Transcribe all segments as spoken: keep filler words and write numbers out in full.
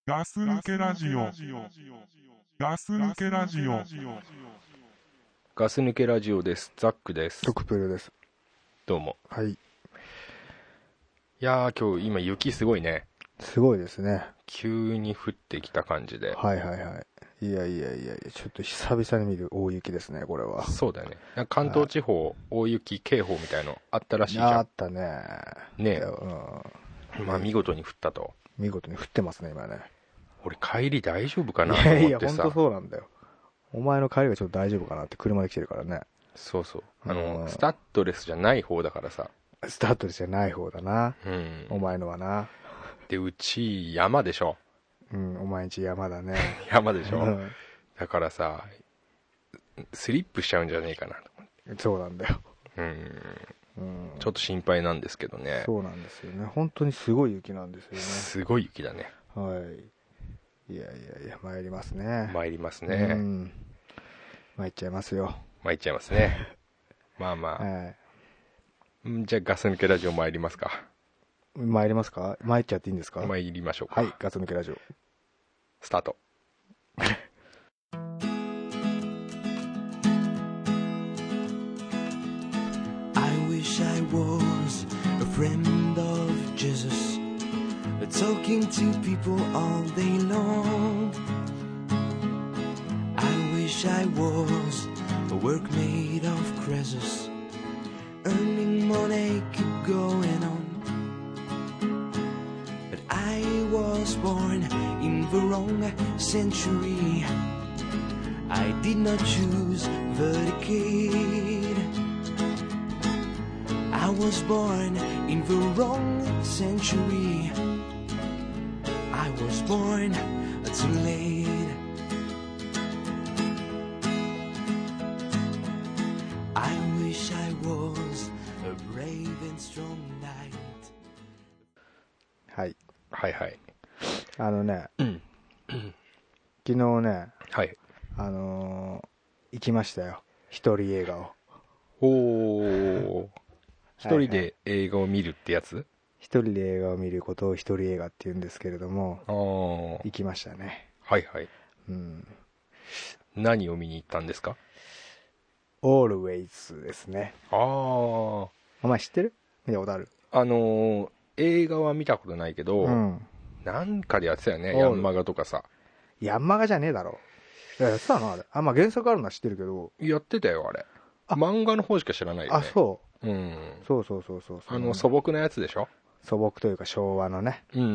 ガス抜けラジオ。ガス抜けラジオ。 ガス抜けラジオです。ザックです。 トクプルです。 どうも。 はい。 いやー、今日今雪すごいね。 すごいですね。 急に降ってきた感じで。 はいはいはい。いやいやいやいや、ちょっと久々に見る大雪ですね、これは。 そうだよね。関東地方、はい、大雪警報みたいのあったらしいじゃん。 あったね。 ねえ、うん、まあ見事に降ったと。 見事に降ってますね、今ね。 俺帰り大丈夫かなと思ってさ。 いやいや、ほんとそうなんだよ。お前の帰りがちょっと大丈夫かなって車で来てるからね。 そうそう。あの、うん、スタッドレスじゃない方だからさ。 スタッドレスじゃない方だな。 うん。 お前のはな。 で、うち山でしょ。 うん、お前んち山だね。 山でしょ。だからさ、スリップしちゃうんじゃねえかなと思って。 そうなんだよ。 うん。うん、ちょっと心配なんですけどね。 そうなんですよね。本当にすごい雪なんですよね。 すごい雪だね。 はい。いやいやいや、参りますね。 参りますね。うん。 参っちゃいますよ。 参っちゃいますね。まあまあ。はい、じゃあガス抜けラジオ参りますか。 参りますか。参っちゃっていいんですか。 参りましょうか。 はい、ガス抜けラジオ。 スタート。 I was a friend of Jesus, talking to people all day long. I wish I was a workmate of Croesus, earning money, keep going on. But I was born in the wrong century. I did not choose the decade. I was born in the wrong century. I was born too late. I wish I was a brave and strong knight. はい。 はいはい。 あのね、うん、昨日ね、 はい。 あのー、行きましたよ。一人映画を。 おー。一人で映画を見るってやつ？ 一人で映画を見ることを一人映画って言うんですけれども、行きましたね。 はいはい。 うん。 何を見に行ったんですか？ オールウェイズですね。 ああ。 お前知ってる？見たことある？ あのー、映画は見たことないけど、うん、なんかでやってたよね。ヤンマガとかさ。 ヤンマガじゃねえだろ。いや、やってたのあれ。あ、まあ原作あるのは知ってるけど。 やってたよ、あれ。あ、漫画の方しか知らないよね。 あ、そう。 うん、 そうそうそうそう。 あの素朴なやつでしょ。 素朴というか昭和のね、 うん、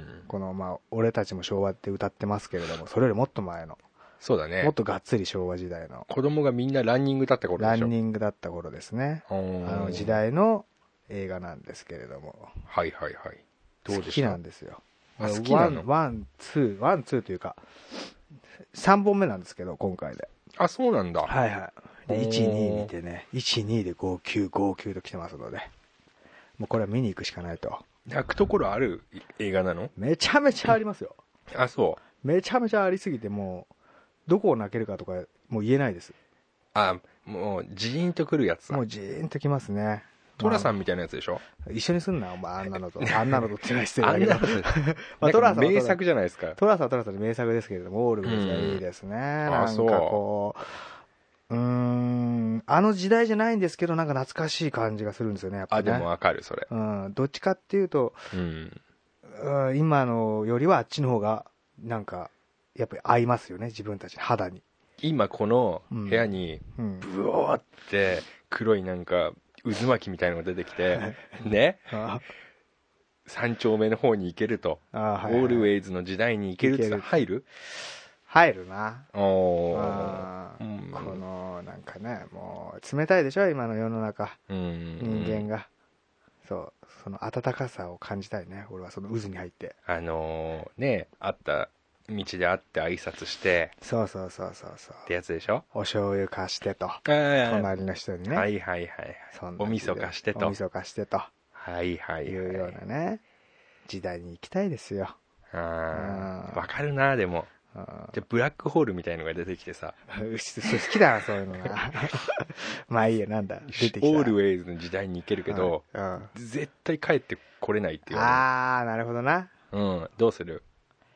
このまあ俺たちも昭和って歌ってますけれども、それよりもっと前の、 そうだね、 もっとがっつり昭和時代の、 子供がみんなランニングだった頃でしょ。 ランニングだった頃ですね。あの時代の映画なんですけれども、 はいはいはい。 どうでした？好きなんですよ。 好きなの？ ワンツーワンツーというかさんぼんめなんですけど今回で。 あ、そうなんだ。 はいはい。でいち、に見てね、いち、にでご、きゅう、ご、きゅうと来てますので、もうこれは見に行くしかないと。 泣くところある映画なの？ めちゃめちゃありますよ。 あ、そう。 めちゃめちゃありすぎて、もうどこを泣けるかとかもう言えないです。 あ、もうジーンとくるやつだ。 もうジーンときますね。 トラさんみたいなやつでしょ。 一緒にすんなお前、あんなのとあんなのとってないしてるだけだ。 まあトラさん名作じゃないですか。 トラさんはトラさんで名作ですけれども、オールウェイズはいいですね。なんかこう、うーん、あの時代じゃないんですけど、なんか懐かしい感じがするんですよね、やっぱり、ね。 あ、でもわかるそれ。 うん、どっちかっていうと、 うん、 うん、今のよりはあっちの方がなんかやっぱり合いますよね、自分たちの肌に。 今この部屋にブオーって黒いなんか渦巻きみたいなのが出てきてね。三丁目の方に行けると、オールウェイズの時代に行けるって言ったら入る？ 入るな。 おー、うん、このなんかね、もう冷たいでしょ今の世の中、うん、人間が。そう、その温かさを感じたいね、俺は。その渦に入ってあのー、ね、会った道で会って挨拶して、 そうそうそうそうそうってやつでしょ。 お醤油貸してと、隣の人にね、 はいはいはい、お味噌貸してと、 お味噌貸してと、 はいはい、 いうようなね時代に行きたいですよ。 ああ、わかるな。でもじゃブラックホールみたいのが出てきてさ好きだなそういうのがまあいいよ、なんだ出てきた。 オールウェイズの時代に行けるけど、うんうん、絶対帰ってこれないっていう。 ああ、なるほどな。 うん、どうする？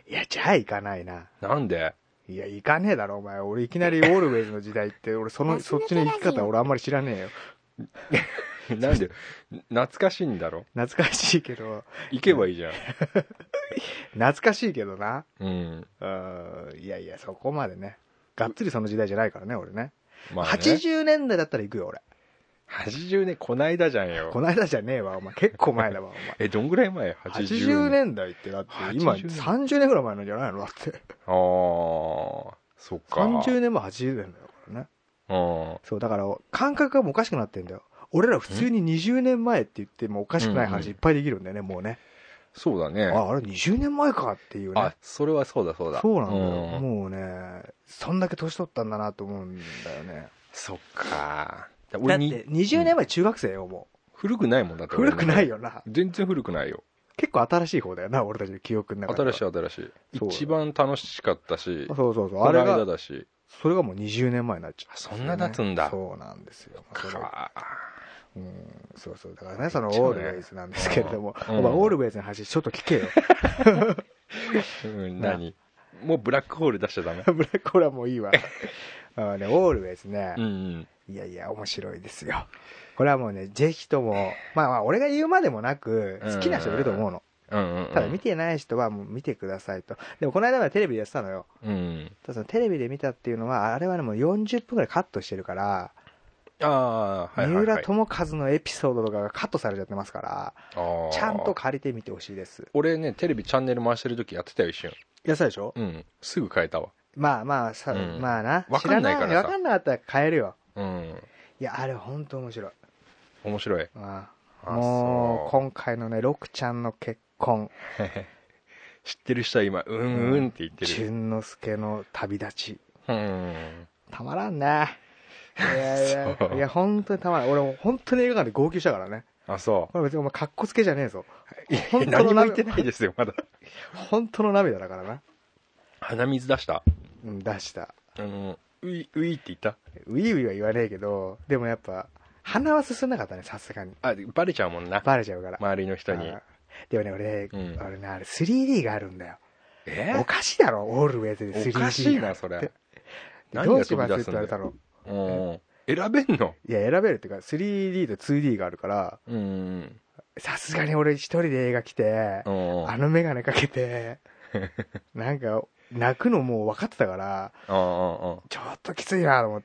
いやじゃあ行かないな。 なんで？ いや行かねえだろお前。俺いきなりオールウェイズの時代って俺そのそっちの生き方俺あんまり知らねえよ。 なんで？懐かしいんだろ。 懐かしいけど行けばいいじゃん。 懐かしいけどな。 うん。 いやいやそこまでねがっつりその時代じゃないからね俺ね。 まあね、 はちじゅうねんだいだったら行くよ俺。 はちじゅうねんこないだじゃんよ。 こないだじゃねえわお前。結構前だわお前。 えどんぐらい前？ はちじゅうねんだいってだって今さんじゅうねんぐらい前なんじゃないのだって。 ああそっか。 さんじゅうねんもはちじゅうねんだよからね。 うん。 そうだから感覚がもうおかしくなってんだよ。俺ら普通ににじゅうねんまえって言ってもおかしくない話いっぱいできるんだよね、もうね。 そうだね。 ああれにじゅうねんまえかっていうね。 あそれはそうだそうだ。 そうなんだよ、うん、もうねそんだけ年取ったんだなと思うんだよね。 そっか。 だってにじゅうねんまえ中学生よもう。 古くないもんだって。 古くないよな。 全然古くないよ。 結構新しい方だよな俺たちの記憶の中で。 新しい新しい。一番楽しかったし。 そうそうそうあれがだし。 それがもうにじゅうねんまえになっちゃう、ね、 そんな経つんだ。 そうなんですよ。 かうん、そうそうだからねそのオールウェイズなんですけれども、うん、お前オールウェイズの話ちょっと聞けよ。 うん、何もうブラックホール出しちゃダメ？ ブラックホールはもういいわ。あねオールウェイズね、 うんうん、 いやいや面白いですよこれはもうねぜひともまあまあ俺が言うまでもなく好きな人いると思うの、うんうんうん、ただ見てない人はもう見てくださいと。でもこの間はテレビでやってたのよ、うん、ただそのテレビで見たっていうのはあれはねもうよんじゅっぷんぐらいカットしてるから、 あ、はいはいはい、 三浦友和のエピソードとかがカットされちゃってますからちゃんと借りてみてほしいです。 俺ねテレビチャンネル回してる時やってたよ一瞬。 やったでしょ。 うんすぐ変えたわ。 まあまあさ、うん、まあな分かんないからさ分かんなかったら変えるよ、 うん、 いやあれ本当面白い。 面白い。 ああもう今回のねロクちゃんの結婚知ってる人は今うんうんって言ってる。 淳之介の旅立ち、 うん、 たまらんね。いやいやいや本当にたまらん。俺も本当に映画館で号泣したからね。 あそう。 これ別にお前カッコつけじゃねえぞ。 本当の何も言ってないですよまだ。 本当の涙だからな。 鼻水出した？ うん出した。 あのウイウイって言った？ ウイウイは言わねえけどでもやっぱ鼻は進んなかったねさすがに。 あバレちゃうもんな。 バレちゃうから周りの人に。 でもね俺、うん、俺ねあれ スリーディー があるんだよ。 えおかしいだろオールウェイズで スリーディーおかしいなそれ。 どうしますって言われたの。 選べんの？ いや選べるっていうか スリーディー と ツーディー があるからさすがに俺一人で映画来てあの眼鏡かけてなんか泣くのもう分かってたからちょっときついなと思って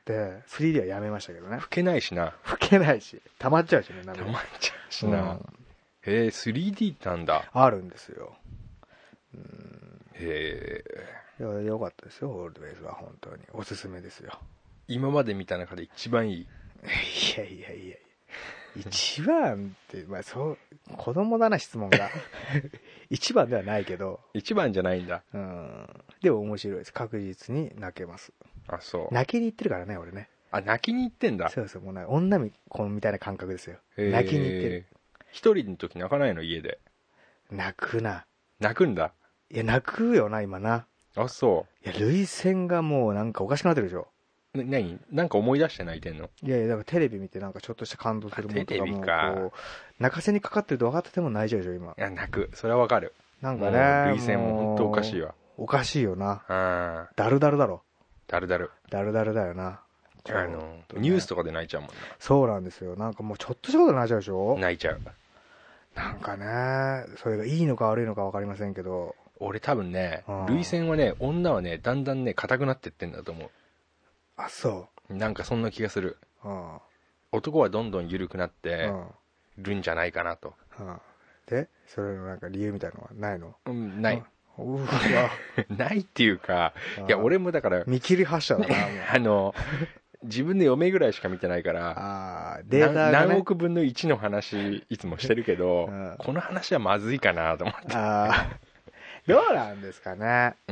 スリーディー はやめましたけどね。 吹けないしな。 吹けないし溜まっちゃうしね。 溜まっちゃうしな、うん、へえ スリーディー ってなんだ。 あるんですよ。 うんへえよかったですよオールドウェイズは本当におすすめですよ。 今まで見た中で一番いい。いやいやいや一番ってまあそう子供だな質問が一番ではないけど。 一番じゃないんだ。 うんでも面白いです。確実に泣けます。 あそう泣きに行ってるからね俺ね。 あ泣きに行ってんだ。 そうそうもう女み子みたいな感覚ですよ。泣きに行ってる。 一人の時泣かないの家で？ 泣くな。 泣くんだ。 いや泣くよな今な。 あそう。 いや涙腺がもうなんかおかしくなってるでしょ。 な何なんか思い出して泣いてんの？いやいやだからテレビ見てなんかちょっとした感動するものとかもこう泣かせにかかってると分かってても泣いちゃうでしょ今。 いや泣くそれは分かる。 なんかね涙腺も本当おかしいわ。 おかしいよな。 あダルダルだろ。 ダルダルダルダルだよな。 あの、ね、ニュースとかで泣いちゃうもんな。 そうなんですよ。なんかもうちょっとしたこと泣いちゃうでしょ。 泣いちゃう。 なんかねそれがいいのか悪いのか分かりませんけど俺多分ね涙腺はね女はねだんだんね硬くなってってんだと思う。 あそうなんかそんな気がする。男はどんどん緩くなってるんじゃないかなと。 でそれのなんか理由みたいのはないの？ うんない。うわないっていうかいや俺もだから見切り発車だなあの自分で嫁ぐらいしか見てないからあデータが、ね、 何億分のいちの話いつもしてるけど、うん、この話はまずいかなと思って。あどうなんですかね、うん、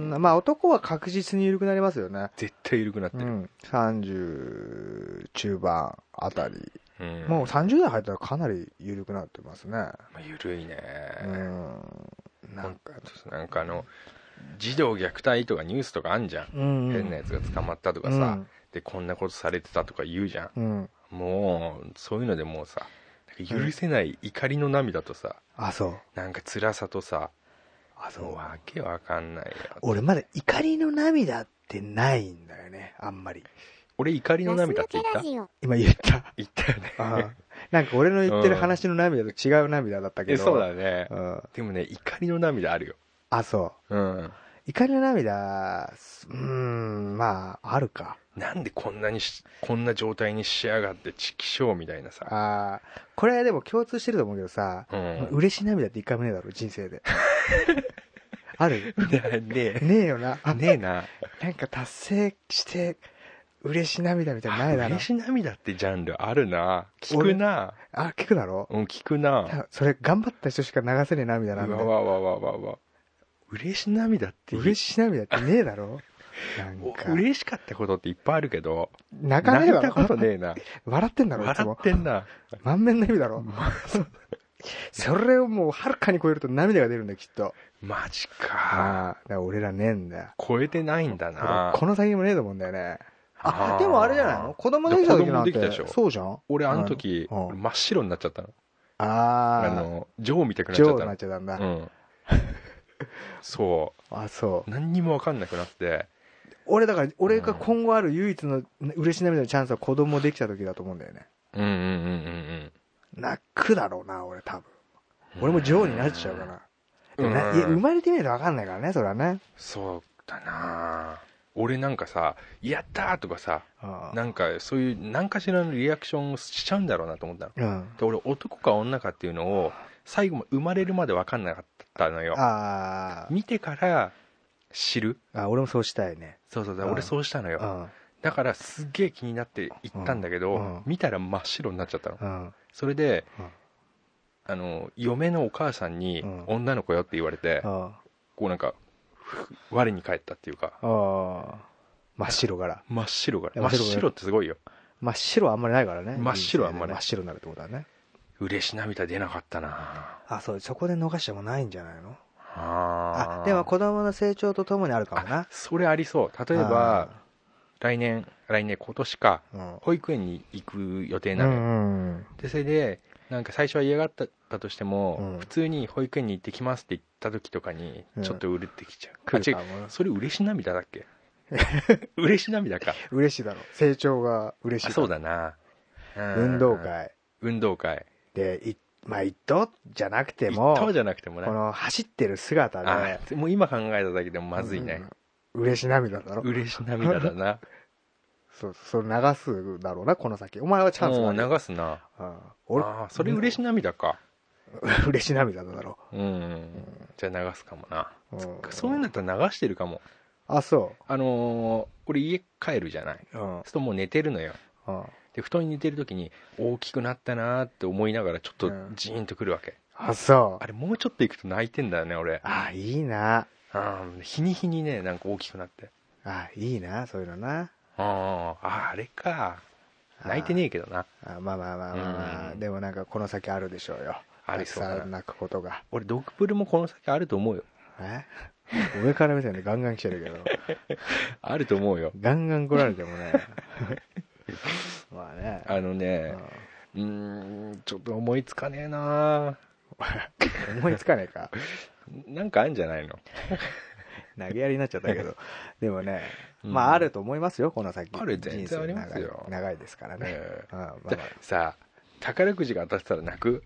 女まあ男は確実に緩くなりますよね。 絶対緩くなってる、うん、 さんじゅう中盤あたり、うん、もうさんじゅう代入ったらかなり緩くなってますね。まあ、緩いね。 うんなんかなんかあの児童虐待とかニュースとかあんじゃん、うんうん、変なやつが捕まったとかさ、うん、でこんなことされてたとか言うじゃん、うん、もうそういうのでもうさ許せない怒りの涙とさ、 うん、あそうなんか辛さとさあ、そう。 わけわかんないよ。 俺まだ怒りの涙ってないんだよね、あんまり。 俺怒りの涙って言った？ 今言った。 言ったよね。 あなんか俺の言ってる話の涙と違う涙だったけど。 そうだね、うん。でもね、怒りの涙あるよ。 あ、そう。うん。怒りの涙、うーん、まあ、あるか。 なんでこんなにし、こんな状態にしやがってチキショーみたいなさ。 ああ、これはでも共通してると思うけどさ、うん、嬉し涙って一回もねえだろ、人生で。ある？ ねえ。 ねえよな。 ねえな。 なんか達成して、嬉し涙みたいなのないだろ。 嬉し涙ってジャンルあるな。聞くな。 あ、聞くだろ？ うん、聞くな。 それ頑張った人しか流せねえ涙なんだよ。 わわわわわわ。嬉し涙って嬉し涙ってねえだろ。 なんか嬉しかったことっていっぱいあるけど、 泣かねえだろ。 泣いたことねえな。 笑ってんだろ、いつも。 笑ってんな。 満面の笑みだろ。それをもうはるかに超えると涙が出るんだよ、きっと。 マジか。 ああ、だから俺らねえんだよ。 超えてないんだな。 この先もねえと思うんだよね。あ、でもあれじゃないの？子供できた時なんて。子供できたでしょ。そうじゃん。 俺あの時、真っ白になっちゃったの。ああ。 あの、ジョーみたくなっちゃったの。 ジョーになっちゃったんだ。うん。 そう。 あ、そう。 何にも分かんなくなって。 俺だから、俺が今後ある唯一の嬉し涙のチャンスは子供できた時だと思うんだよね。 うんうんうんうんうん。 泣くだろうな、俺多分。俺もジョーになっちゃうから。うん、いや生まれてみないと分かんないからね、それはね。 そうだな。俺なんかさ、やったーとかさ、なんかそういう何かしらのリアクションをしちゃうんだろうなと思ったの。うん、で俺男か女かっていうのを最後生まれるまで分かんなかったのよ。あ見てから知る。 あ、俺もそうしたいね。 そうそうだ、俺そうしたのよ。うん、だからすっげえ気になって行ったんだけど、うんうん、見たら真っ白になっちゃったの。うん、それで、うん、あの嫁のお母さんに女の子よって言われて、うん、こうなんか我に返ったっていうか。あ真っ白から真っ白から真っ白ってすごいよ。 真っ白はあんまりないからね。 真っ白はあんまり真っ白になるってことだね。 嬉し涙出なかったなあ。そう、そこで逃してもないんじゃないの。ああ、でも子供の成長とともにあるかもな。 それありそう。例えば来年来年今年か、うん、保育園に行く予定なのよ、うんうん、でそれでなんか最初は嫌がったとしても、うん、普通に保育園に行ってきますって言った時とかにちょっとうるってきちゃう、うん、あ違うそれ嬉し涙だっけ嬉し涙か。 嬉しいだろ。成長が嬉しい。 そうだな。 運動会運動会でいまあ一等じゃなくても一等じゃなくてもね、 この走ってる姿でもう今考えただけでもまずいね、 うん、嬉し涙だろ。 嬉し涙だな。 そうそれ流すだろうなこの先。お前はチャンスがある。 流すな。あ俺あそれ嬉し涙か。 嬉し涙だろう。うん、うん、 じゃあ流すかもな、うん、そういうんだったら流してるかも。 あ、そう。 あのー、俺家帰るじゃない、うん、そうするともう寝てるのよ、うん、で布団に寝てる時に大きくなったなーって思いながらちょっとジーンとくるわけ、うん、あ、そう。あれもうちょっと行くと泣いてんだよね俺。 あ、いいな。 あ、日に日にねなんか大きくなって。 あ、いいなそういうのな。 ああ、あれか。泣いてねえけどな。 あ、まあまあまあまあまあ、うん、でもなんかこの先あるでしょうよ。ありそうだ。泣くことが。 俺ドッグプルもこの先あると思うよ。 え上から目線でガンガン来てるけどあると思うよ。 ガンガン来られてもねまあね、 あのね、うーんちょっと思いつかねえな思いつかねえかなんかあるんじゃないの投げやりになっちゃったけどでもね、うん、まああると思いますよこの先。 ある、全然ありますよ。 長いですからね、えー、ああまあまあ、 さあ宝くじが当たってたら泣く。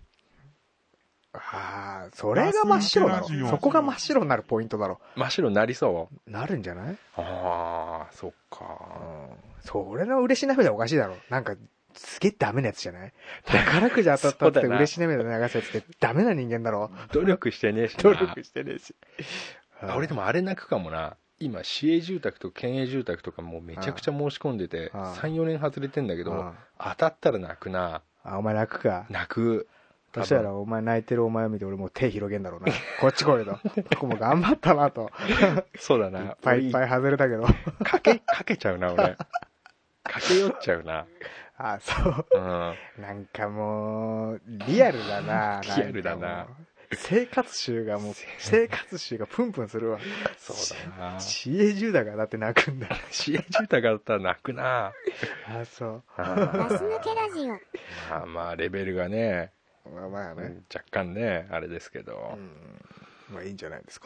ああ、それが真っ白なの。そこが真っ白になるポイントだろ。 真っ白になりそう。 なるんじゃない？ ああ、そっか、 うん。それの嬉し涙おかしいだろ。なんかすげえダメなやつじゃない？宝くじ当たったって嬉し涙流すやつってダメな人間だろ。 努力してねえしな。 努力してねえし。 俺でもあれ泣くかもな。今市営住宅と県営住宅とかもうめちゃくちゃ申し込んでてさん、よねん外れてんだけど、当たったら泣くな。 あ、お前泣くか。 泣く。 そしたらお前泣いてるお前を見て俺もう手広げんだろうな。こっち来いと。僕も頑張ったなと。 そうだな。いっぱいいっぱい外れたけど。 かけ、かけちゃうな俺。かけよっちゃうな。 あ、そう。うん、なんかもう、リアルだな。 リアルだな。 生活臭がもう、生活臭がプンプンするわ。 そうだな。 市営住宅がだって泣くんだ。 市営住宅だったら泣くな。 あ、そう。 ガス抜けラジオ。 まあまあ、レベルがね。 まあまあね、 若干ねあれですけど、 うん、まあいいんじゃないですか。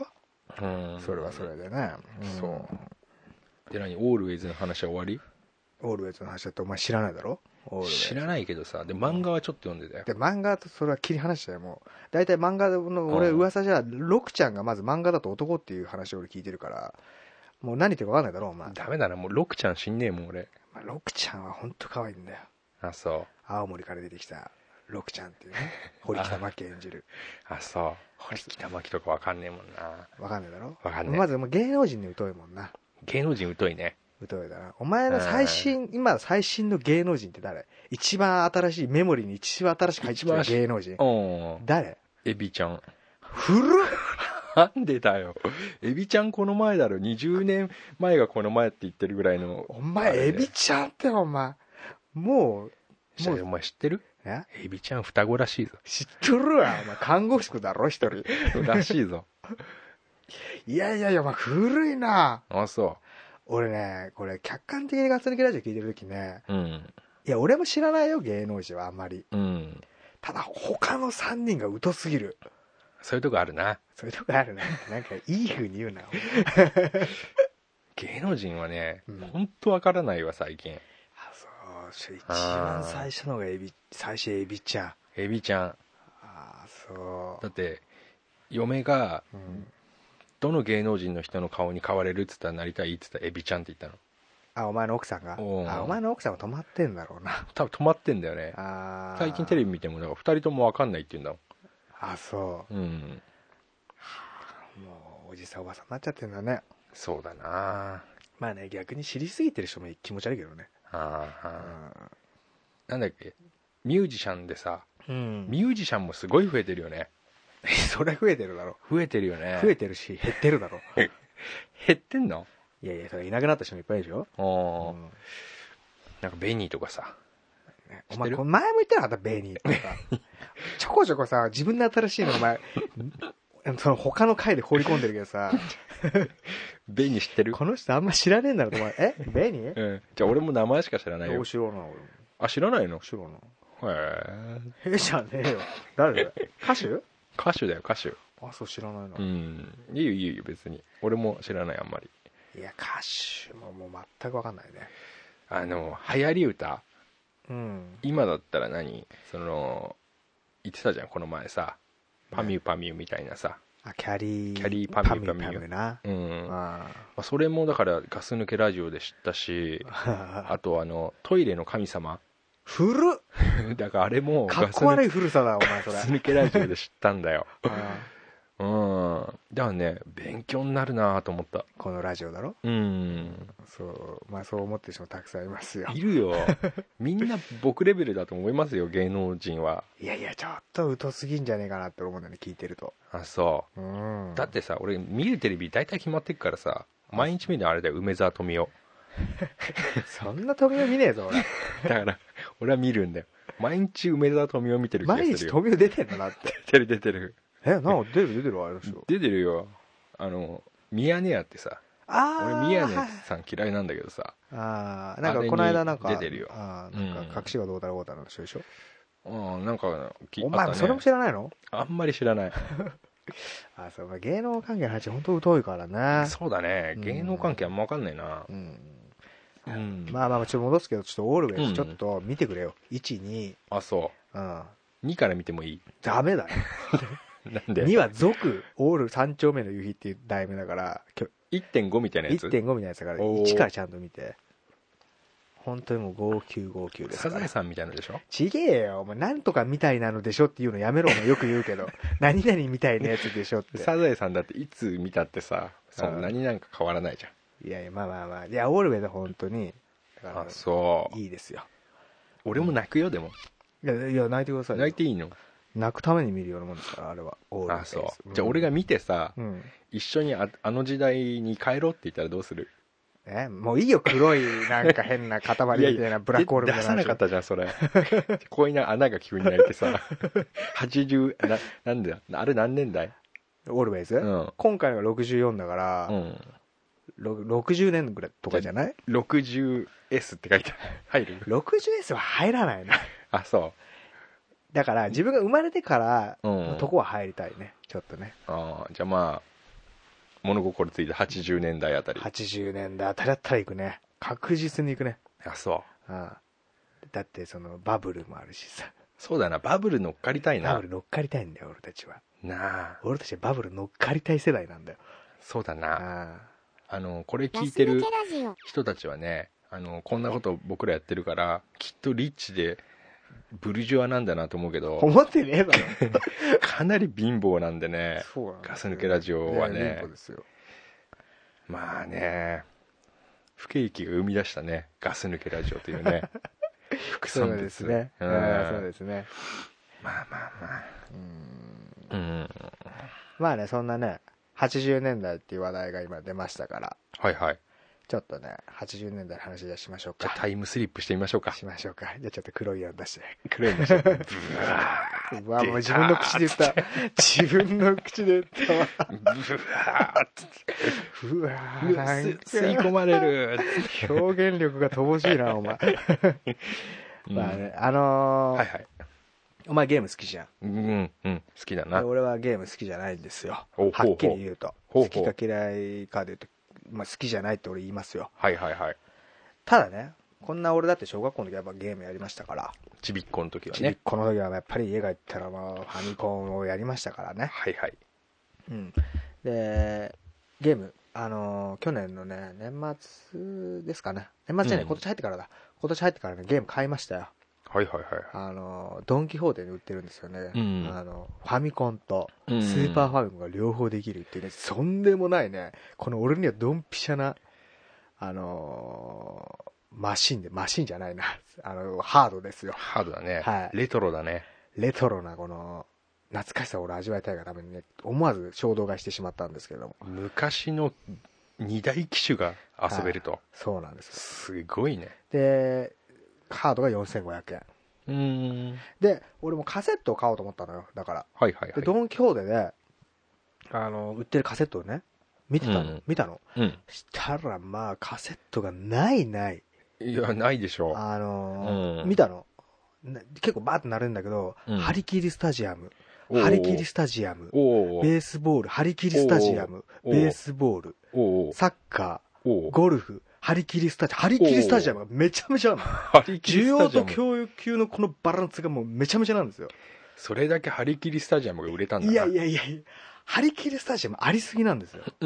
うん、それはそれでね、 うん、そうで何オールウェイズの話は終わり？ オールウェイズの話だってお前知らないだろ？ 知らないけどさ、で漫画はちょっと読んでたよ。 で漫画とそれは切り離したよ。もう大体漫画の俺噂じゃロクちゃんがまず漫画だと男っていう話を俺聞いてるから、もう何言ってるか分かんないだろお前。 ダメだな、もうロクちゃん死んねえもん俺。 まあ、ロクちゃんは本当可愛いんだよ。 あ、そう。 青森から出てきたロクちゃんっていうね、堀北真希演じる。 あ、そう。堀北真希とか分かんねえもんな。 分かんねえだろ。 分かんねえ。 まずもう芸能人に疎いもんな。 芸能人疎いね。 疎いだな。お前の最新、今最新の芸能人って誰？一番新しい、メモリーに一番新しく入ってきた芸能人。誰？ エビちゃん。 古っなんでだよ。エビちゃんこの前だろ。にじゅうねんまえがこの前って言ってるぐらいの。 お前エビちゃんってお前もうもうお前知ってる？ え？ エビちゃん双子らしいぞ。 知っとるわ。お前看護師だろ一人。 らしいぞ。 いやいやいや、お前古いな。 あ、そう。 俺ね、これ客観的にガス抜きラジオ聞いてる時ね、 うん、 いや俺も知らないよ芸能人はあんまり、 うん、 ただ他のさんにんが疎すぎる。 そういうとこあるな。 そういうとこあるな。なんかいい風に言うな。 芸能人はね、うん、ほんとわからないわ最近。 あ、そう。一番最初のがエビ、最初エビちゃん。 エビちゃん。 ああ、そう。 だって嫁が、うん、どの芸能人の人の顔に変われるっつったらなりたいっつったらエビちゃんって言ったの。 あ、お前の奥さんが。あ、お前の奥さんは止まってんだろうな。 多分止まってんだよね。あ、最近テレビ見てもだからふたりとも分かんないって言うんだもん。 あ、そう。うん。もうおじさんおばさんになっちゃってんだね。 そうだな。 まあね、逆に知りすぎてる人も気持ち悪いけどね。ああ、うん、なんだっけ、ミュージシャンでさ、うん、ミュージシャンもすごい増えてるよね。 それ増えてるだろ。 増えてるよね。 増えてるし減ってるだろ。 減ってんの？ いやいや、それいなくなった人もいっぱいいるでしょ。うん、 なんかベニーとかさ、 お前前も言ってなかったベニーとかちょこちょこさ自分で新しいのお前その他の回で放り込んでるけどさベニー知ってる？ この人あんま知らねえんだろお前。えベニー？ うん。じゃあ俺も名前しか知らないよ。 知らない俺。 あ、知らないの？ 知らない。 へえ。えじゃねえよ。誰だ？歌手？ 歌手だよ歌手。 あ、そう知らないな。 うん。いいよいいよ別に。俺も知らないあんまり。 いや歌手ももう全く分かんないね。 あの流行り歌。 うん。 今だったら何？その言ってたじゃんこの前さ。パミュパミュみたいなさ。 あ、キャリーキャリーパミュパミュ、パミュな。 うん。あまあ、それもだからガス抜けラジオで知ったし、あとあのトイレの神様。 古っだからあれもかっこ悪い古さだお前それ。 ガス抜けラジオで知ったんだよ。うん。だからね勉強になるなと思った。 このラジオだろ。 うん。 そうまあそう思ってる人もたくさんいますよ。 いるよ。みんな僕レベルだと思いますよ芸能人は。 いやいやちょっと疎すぎんじゃねえかなって思うんだよね聞いてると。 あ、そう。うん。だってさ俺見るテレビ大体決まってっからさ毎日見るのあれだよ梅沢富美男。 そんな富美男見ねえぞ俺。 だから俺は見るんだよ。毎日梅沢富美男見てる気がするよ。 毎日富美男出てんのなって。 出てる出てる。 え、なんか出る出てるあれの人。 出てるよ。あのミヤネ屋ってさ。あ俺ミヤネさん嫌いなんだけどさ。 ああ、なんかこの間なんか出てるよ。 ああ、なんか隠しがどうだろうだろうの人でしょ。 ああ、なんかお前それも知らないの？ あんまり知らない。 あ、そう、芸能関係の話本当疎いからね。 そうだね。芸能関係あんま分かんないな。うん。 うん、まあまあちょっと戻すけどちょっとオールウェイズちょっと見てくれよ。いち、に。 あ、そう。うん。にから見てもいい？ ダメだよ。 なんで？ には続オール三丁目の夕日っていう題名だからいってんご みたいなやついってんご みたいなやつだからいちからちゃんと見て。本当にもうごきゅうごきゅうですから。 サザエさんみたいなのでしょ？ ちげえよお前なんとかみたいなのでしょっていうのやめろお前よく言うけど何々みたいなやつでしょって。 サザエさんだっていつ見たってさそんなになんか変わらないじゃん。 いやいやまあまあまあいやオールウェイズ本当にあそういいですよ。 俺も泣くよでも。 いやいや泣いてくださいよ。 泣いていいの？ 泣くために見るようなもんですからあれは。 あそう、うん、じゃあ俺が見てさ、うん、一緒に あ, あの時代に帰ろうって言ったらどうする？ えもういいよ黒いなんか変な塊みたいなブラックホールみたいな。 出さなかったじゃんそれ。こういう穴が急に開いてさはちじゅうななんだあれ何年代？ オールウェイズ、うん、今回がろくじゅうよんだから、うん、ろくじゅうねんぐらいとかじゃない？ ろくじゅうエス って書いて入る？ ろくじゅうエス は入らないな。 あそうだから自分が生まれてからのとこは入りたいねちょっとね。 ああじゃあまあ物心ついたはちじゅうねんだいあたり。 はちじゅうねんだいあたりだったら行くね。確実に行くね。 あ、そう。 ああ、だってそのバブルもあるしさ。 そうだな、バブル乗っかりたいな。 バブル乗っかりたいんだよ俺たちは。 なあ、 俺たちはバブル乗っかりたい世代なんだよ。 そうだな。 ああ、 あのこれ聞いてる人たちはね、あのこんなこと僕らやってるからきっとリッチでブルジョアなんだなと思うけど、 思ってねえだろかなり貧乏なんでね。 そうなんですよ。 ガス抜けラジオはね、 いや貧乏ですよ。 まあね、不景気が生み出したねガス抜けラジオというね副産物。 そうですね、 うん、 そうですね。 まあまあまあ、うん、うん、 まあね、そんなねはちじゅうねんだいっていう話題が今出ましたから、 はいはい、 ちょっとねはちじゅうねんだいの話じゃしましょうか。 じゃあタイムスリップしてみましょうか。 しましょうか。じゃあちょっと黒いやん出して。 黒いんでしょ。ブワーうわもう自分の口で言った自分の口で言ったわ。 ブワーうわーなんか吸い込まれる。 表現力が乏しいなお前まあね、あのーはいはい、 お前ゲーム好きじゃん。 うんうん、好きだな。 俺はゲーム好きじゃないんですよ。 ほうほうほう、 はっきり言うと。 ほうほう、 好きか嫌いかで言うと、まあ、好きじゃないって俺言いますよ。 はいはいはい。 ただね、こんな俺だって小学校の時はやっぱゲームやりましたから。 ちびっこの時はね。 ちびっこの時はやっぱり家帰ったらまあファミコンをやりましたからね。 はいはい。 うん。で、ゲーム、あのー、去年のね、年末ですかね。年末じゃない、うん、今年入ってからだ。今年入ってからね、ゲーム買いましたよ。 はいはいはい。 あの、ドン・キホーテに売ってるんですよね。 うん、 あの、ファミコンとスーパーファミコンが両方できるっていうね、そんでもないね、この俺にはドンピシャな、あのー、マシンで、マシンじゃないな、あの、ハードですよ。 ハードだね。 はい。 レトロだね。 レトロなこの、懐かしさを俺味わいたいがためにね、思わず衝動買いしてしまったんですけれども。 昔のに大機種が遊べると。はい、 そうなんですよ。 すごいね。 で、ハードがよんせんごひゃくえん。 うーん。 で、俺もカセットを買おうと思ったのよ。だから。 はいはいはい。 で、ドン・キホーテで、あの、売ってるカセットをね、見てたの。うん、見たの。 うん。 したら、まあ、カセットがないない。 いや、ないでしょ。 あのー、 うん、 見たの。結構バーってなるんだけど、うん、張り切りスタジアム。張り切りスタジアム。ベースボール。張り切りスタジアム。ベースボール。サッカー。ゴルフ。張り切りスタジアム。張り切りスタジアムがめちゃめちゃあるの。需要と供給のこのバランスがもうめちゃめちゃなんですよ。 それだけ張り切りスタジアムが売れたんだな。 いやいやいやいや、張り切りスタジアムありすぎなんですよ。 うん。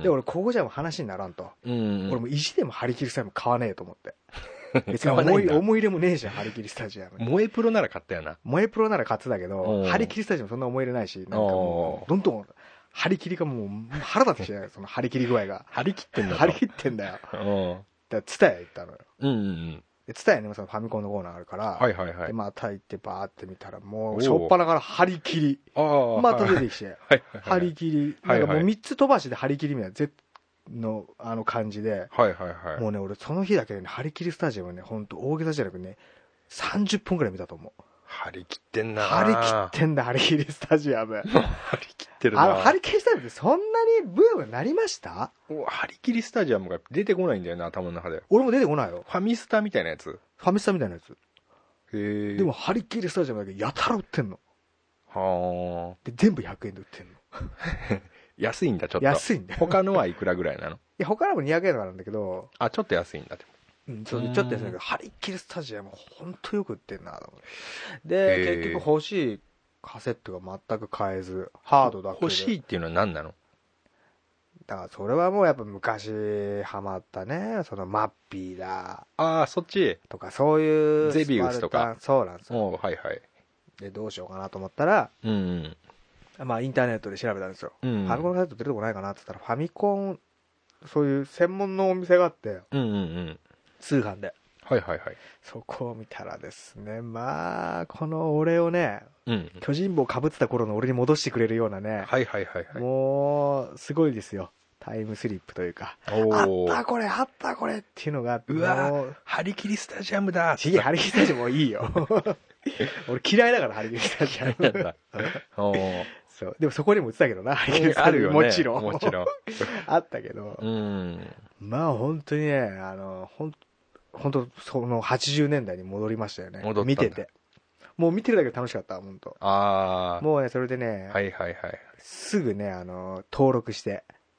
で、俺ここじゃもう話にならんと。 うん。 俺も意地でも張り切りスタジアム買わねえと思って。別に思い、思い入れもねえじゃん、張り切りスタジアム。 萌えプロなら買ったよな。 萌えプロなら買ってたけど、張り切りスタジアムそんな思い入れないし、なんかもう、どんどん、張り切りがもう腹立ってきてない、その張り切り具合が。 張り切ってんだよ。 張り切ってんだよ。だからツタヤ行ったのよ。 うんうんうん。 で、ツタヤにもそのファミコンのコーナーあるから、 はいはいはい。 で、また行ってバーって見たら、もう、しょっぱなから張り切り。 ああ。 また出てきて、 はいはいはい。 張り切り。なんかもうみっつ飛ばしで張り切りみたいな、Z のあの感じで、 はいはいはい。 もうね、俺その日だけでね、張り切りスタジアムね、ほんと大げさじゃなくね、さんじゅっぷんくらい見たと思う。 張り切ってんな。 張り切ってんだ、張り切りスタジアム。 張り切ってるな。 あの、張り切りスタジアムってそんなにブームになりました？ 張り切りスタジアムが出てこないんだよな、頭の中で。 俺も出てこないよ。 ファミスタみたいなやつ。 ファミスタみたいなやつ。 へえ。 でも張り切りスタジアムだけやたら売ってんの。 はあ。 で、全部ひゃくえんで売ってんの。 安いんだ、ちょっと。 安いんだよ。 他のはいくらぐらいなの？いや、他のもにひゃくえんとかなんだけど。 あ、ちょっと安いんだって。 うん、ちょっと安いんだけど、張り切りスタジアムほんとよく売ってんなと思って。で、結局欲しいカセットが全く買えず、ハードだけで。 欲しいっていうのは何なの？ だからそれはもうやっぱ昔ハマったね、そのマッピーだ。 ああ、そっちとかそういう。 ゼビウスとか。 そうなんですよ。 はいはい。 で、どうしようかなと思ったら、 うんうん、まあインターネットで調べたんですよ。 うん、 ファミコンカセット出るとこないかなって言ったら、ファミコン、そういう専門のお店があって、 うんうんうん、 通販で。 はいはいはい。 そこを見たらですね、まあ、この俺をね、 うん、 巨人帽かぶってた頃の俺に戻してくれるようなね、 はいはいはいはい。 もう、すごいですよ。タイムスリップというか、あったこれ、あったこれっていうのが、 うわ張り切りスタジアムだ。 ちげえ、張り切りスタジアムもいいよ。俺嫌いだから、張り切りスタジアム。だそう。でもそこにも売ってたけどな、張り切りスタジアム。あるよね。もちろん。 もちろん。 あったけど、 うん、 まあ本当にね、あの、ほん、本当そのはちじゅうねんだいに戻りましたよね。 戻った。 見てて。もう見てるだけで楽しかった、本当。 ああ。 もうね、それでね、 はいはいはい。 すぐね、あの、登録して、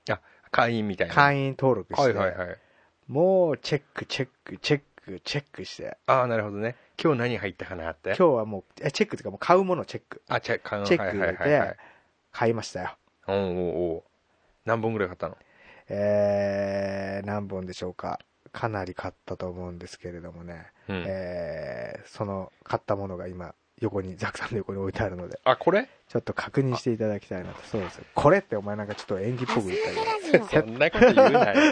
あ、会員みたいな。 会員登録して、 はいはいはい、 もうチェックチェックチェックチェックして。 ああ、なるほどね。今日何入ったかなって。 今日はもうえチェックっていうかもう買うものチェック。 あ、チェック、 チェック入れて買いましたよ。 おうおうおう。何本ぐらい買ったの？ えー、何本でしょうか。かなり買ったと思うんですけれどもね、うん、えー、その買ったものが今横にザクさんの横に置いてあるので、 あ、これちょっと確認していただきたいなと。そうですよ。これってお前なんかちょっと演技っぽく言ったけどそんなこと言うなよ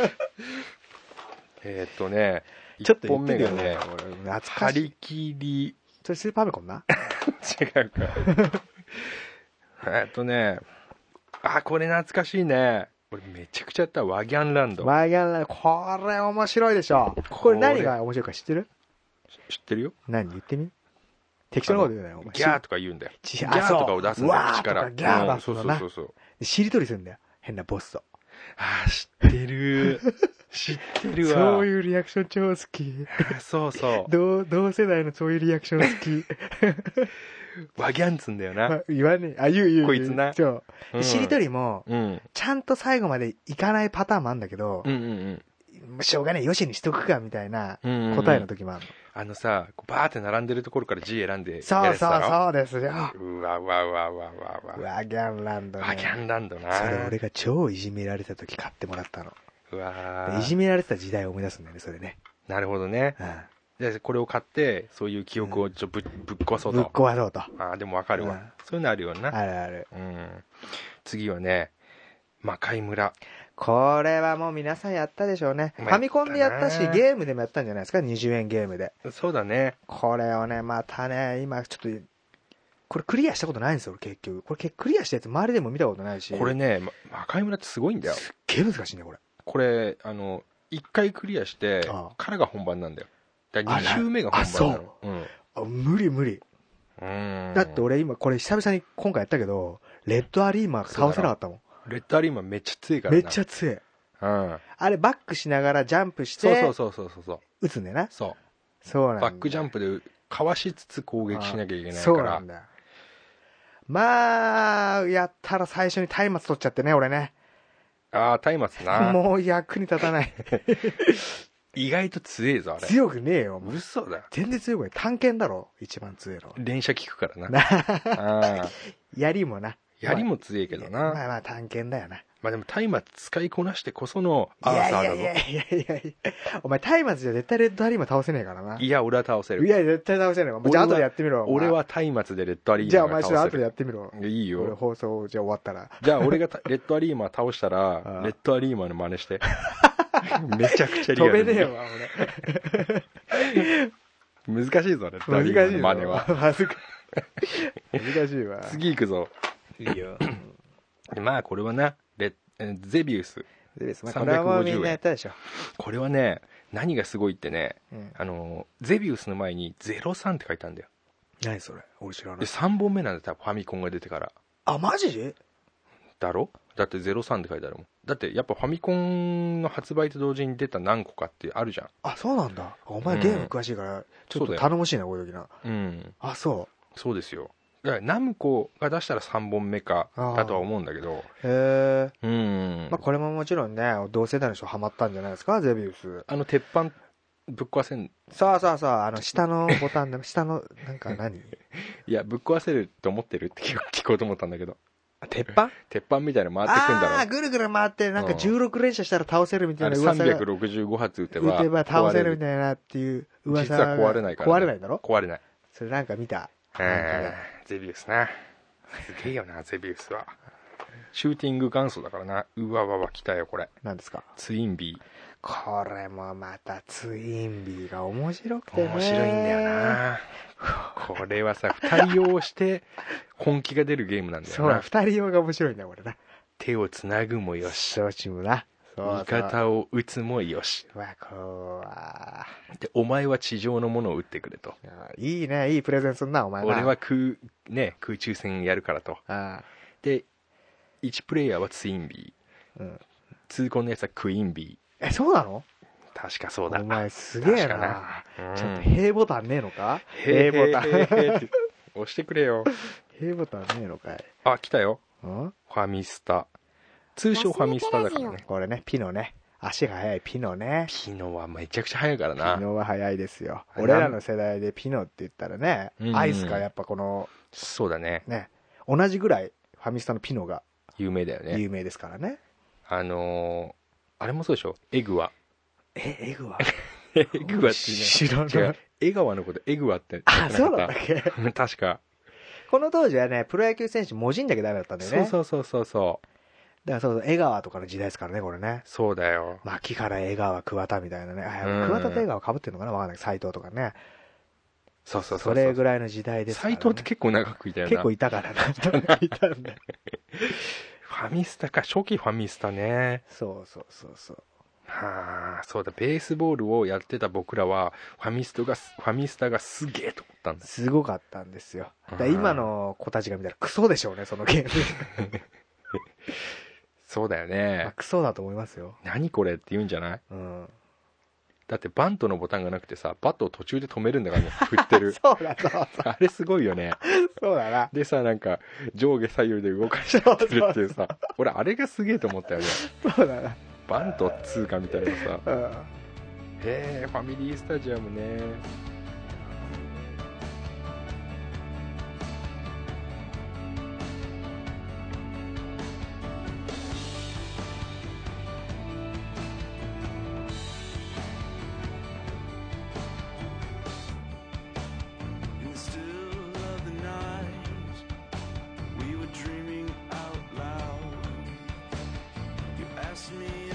えっとね、 ちょっと言ってるよね。 懐かしい。張り切り。 それスーパーメコンな違うかえっとね、あ、これ懐かしいね。これめちゃくちゃやったワギャンランド。 ワギャンランド、これ面白いでしょ。これ何が面白いか知ってる？ 知ってるよ。 何言ってみ？適当なこと言うなよお前。 ギャーとか言うんだよ。 ギャーとかを出すんだよ口から。 ギャー出すのな。そうそうそう。しりとりするんだよ。変なボスと。 ああ、知ってる。知ってるわ。 そういうリアクション超好き。 そうそう。 同同世代のそういうリアクション好き。 ワギャンつんだよな。 言わねえ。あ、言う言う。 こいつな。 そう。しりとりも、ちゃんと最後までいかないパターンもあるんだけど、 うんうんうん、 しょうがねえ、よしにしとくかみたいな答えの時もあるの。 あのさ、バーって並んでるところから字選んでやるやつだろ。そうそうそうですよ。 うわうわうわうわうわうわ。ワギャンランドね。 ワギャンランドな。 それ俺が超いじめられた時買ってもらったの。 うわ。 いじめられてた時代を思い出すんだよね、それね。 なるほどね。うん。でこれを買ってそういう記憶をちょっと ぶ,、うん、ぶっ壊そうと。 ぶっ壊そうと。 ああ、でもわかるわ、うん。そういうのあるよな。 あるある。 うん。次はね、魔界村。 これはもう皆さんやったでしょうね。ファミコンでやったし、ゲームでもやったんじゃないですか、にじゅうえんゲームで。 そうだね。 これをね、またね、今ちょっと、これクリアしたことないんですよ、結局。これクリアしたやつ周りでも見たことないし。 これね、魔界村ってすごいんだよ。 すっげえ難しいね、これ。 これ、あの、一回クリアして、からが本番なんだよ。だからに周目が本番なの。 あ、そう。うん、あ、無理無理。うん。だって俺今これ久々に今回やったけど、レッドアリーマー倒せなかったもん。 レッドアリーマーめっちゃ強いからな。 めっちゃ強い。 うん。 あれバックしながらジャンプして、 そうそうそうそうそう。 打つんだよな。 そう。 そうなんだ。 バックジャンプでかわしつつ攻撃しなきゃいけないから。 そうなんだ。まあ、やったら最初に松明取っちゃってね、俺ね。 ああ、松明な。 もう役に立たない。 意外と強えぞ、あれ。 強くねえよ。 嘘だよ。 全然強くない。探検だろ、一番強いの。 連射効くからな。 あ槍もな。 槍も強いけどな。 まあまあ探検だよな。 まあでも松明使いこなしてこそのアーサーだぞ。 いやいやいやいやいやお前松明じゃ絶対レッドアリーマー倒せねえからな。 いや、俺は倒せる。 いや、絶対倒せねえ。じゃあ後でやってみろ。 俺は松明でレッドアリーマー倒せる。 じゃあお前ちょっと後でやってみろ。 いいよ。 俺放送じゃ終わったら。 じゃあ俺がレッドアリーマー倒したら、レッドアリーマーの真似して。めちゃくちゃリアル。 飛べねえわ、 俺。難しいぞ、レッドアリーマーの真似は。 難しい。難しいわ。 次行くぞ。いいよ。まあこれはな、レゼビウス。 ゼビウス。まあこれはもうみんなやったでしょ。 これはね、何がすごいってね、うん、あの、ゼビウスの前にゼロさんって書いてあるんだよ。 何それ俺知らない。 で、さんぼんめなんだよ、ファミコンが出てから。 あ、マジだろ？だってゼロさんって書いてあるもん。だってやっぱファミコンの発売と同時に出た何個かってあるじゃん。 あ、そうなんだ。お前ゲーム詳しいから、ちょっと頼もしいな、こういう時な。 うん。 あ、そう。 そうですよ。だからナムコが出したらさんぼんめかだとは思うんだけど。 へえ。 うん。 まあこれももちろんね、同世代の人ハマったんじゃないですか、ゼビウス。 あの鉄板ぶっ壊せん。 そうそうそう、あの下のボタンで、下の、なんか何いや、ぶっ壊せると思ってるって聞こうと思ったんだけど。 鉄板鉄板みたいなの回ってくんだろ。 ああ、ぐるぐる回って、なんかじゅうろく連射したら倒せるみたいな噂が。 さんびゃくろくじゅうご発撃てば。 撃てば倒せるみたいなっていう噂が。 実は壊れないから、ね。 壊れないだろ？ 壊れない。 それなんか見た。 えー、ゼビウスな。すげえよな、ゼビウスは。シューティング元祖だからな。うわわわ、来たよ、これ。 何ですか？ ツインビー。 これもまたツインビーが面白くてね。 面白いんだよな。これはさ、二人用して本気が出るゲームなんだよな。 そう、二人用が面白いんだよ、これな。 手をつなぐもよし。 そうチームな。 味方を撃つもよし。 うわ、こわで、お前は地上のものを撃ってくれと。 いいね、いいプレゼンすんな、お前な。 俺は空、ね、空中戦やるからと。ああで、いちプレイヤーはツインビー。うん。にコンのやつはクイーンビー。 え、そうなの？ 確かそうだ。 お前すげえな。なうん、ちょっと平ボタンねえのか？平ボタン。 押してくれよ。 平ボタンねえのかい？ あ、来たよ。 ん？ ファミスタ。 通称ファミスタだからね。 これね、ピノね。足が速いピノね。 ピノはめちゃくちゃ速いからな。 ピノは速いですよ。俺らの世代でピノって言ったらね、うん、アイスがやっぱこの、 そうだね。 ね。同じぐらいファミスタのピノが有名だよね。 有名ですからね。 あのー、あれもそうでしょ、エグワ。 え、エグワエグワっていうね。 知らない。 違う。江川のことエグワって。 あ、そうだったっけ確か。 この当時はね、プロ野球選手文字んだけダメだったんだよね。 そうそうそうそう。 だからそうそう、江川とかの時代ですからね、これね。 そうだよ。 牧原、江川、桑田みたいなね。あ、桑田と江川被ってるのかな、わかんない。斎藤とかね。 そうそうそう。 それぐらいの時代ですから、ね。 斎藤って結構長くいたよな。 結構いたからな。いたんだよ。 ファミスタか、初期ファミスタね。 そうそうそうそう。 はあ、そうだ、ベースボールをやってた僕らは、ファミスタが、ファミスタがすげえと思ったんだ。 すごかったんですよ。だ今の子たちが見たらクソでしょうね、そのゲーム。 そうだよね、 まあ、クソだと思いますよ。 何これって言うんじゃない？ うん。 だってバントのボタンがなくてさ、バットを途中で止めるんだからね、振ってる。 そうだそうそう。 あれすごいよね。 そうだな。 でさ、なんか上下左右で動かしちゃってるっていうさ、俺あれがすげえと思ったよね。 そうだな。 バント通過みたいなさ。 うん、 へえ、ファミリースタジアムね。 Me